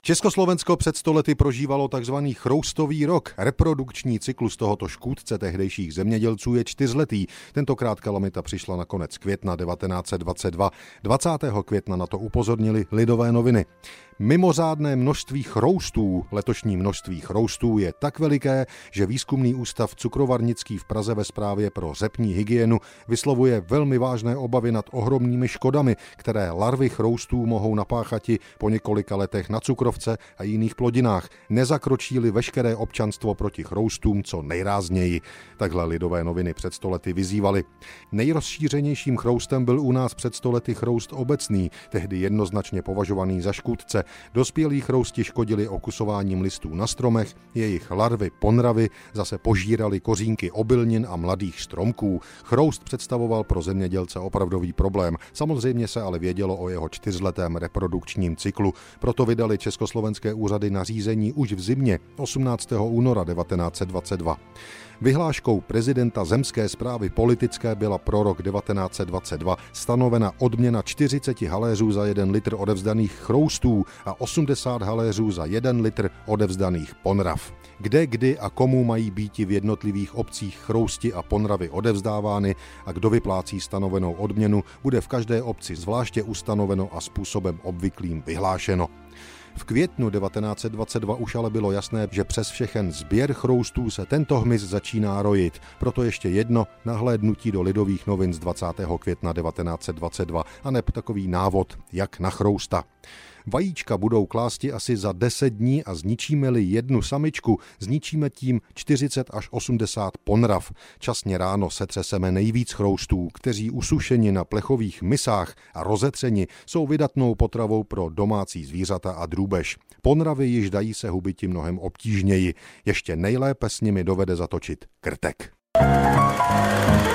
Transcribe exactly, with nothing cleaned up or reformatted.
Československo před sto lety prožívalo takzvaný chroustový rok. Reprodukční cyklus tohoto škůdce tehdejších zemědělců je čtyřletý. Tentokrát kalamita přišla na konec května devatenáct set dvacet dva. dvacátého května na to upozornili Lidové noviny. Mimořádné množství chroustů, letošní množství chroustů je tak veliké, že výzkumný ústav cukrovarnický v Praze ve Správě pro řepní hygienu vyslovuje velmi vážné obavy nad ohromnými škodami, které larvy chroustů mohou napáchati po několika letech na cukrovce a jiných plodinách. Nezakročí-li veškeré občanstvo proti chroustům co nejrázněji. Takhle Lidové noviny před sto lety vyzývaly. Nejrozšířenějším chroustem byl u nás před sto lety chroust obecný, tehdy jednoznačně považovaný za škůdce. Dospělí chrousti škodili okusováním listů na stromech, jejich larvy ponravy zase požírali kořínky obilnin a mladých stromků. Chroust představoval pro zemědělce opravdový problém. Samozřejmě se ale vědělo o jeho čtyřletém reprodukčním cyklu. Proto vydali československé úřady nařízení už v zimě osmnáctého února devatenáct set dvacet dva. Vyhláškou prezidenta zemské správy politické byla pro rok devatenáct set dvacet dva stanovena odměna čtyřicet haléřů za jeden litr odevzdaných chroustů a osmdesát haléřů za jeden litr odevzdaných ponrav. Kde, kdy a komu mají býti v jednotlivých obcích chrousti a ponravy odevzdávány a kdo vyplácí stanovenou odměnu, bude v každé obci zvláště ustanoveno a způsobem obvyklým vyhlášeno. V květnu devatenáct set dvacet dva už ale bylo jasné, že přes všechen sběr chroustů se tento hmyz začíná rojit. Proto ještě jedno nahlédnutí do Lidových novin z dvacátého května devatenáct set dvacet dva a neb takový návod, jak na chrousta. Vajíčka budou klásti asi za deset dní a zničíme-li jednu samičku, zničíme tím čtyřicet až osmdesát ponrav. Časně ráno setřeseme nejvíc chroustů, kteří usušeni na plechových misách a rozetřeni jsou vydatnou potravou pro domácí zvířata a drůbež. Ponravy již dají se hubiti mnohem obtížněji. Ještě nejlépe s nimi dovede zatočit krtek.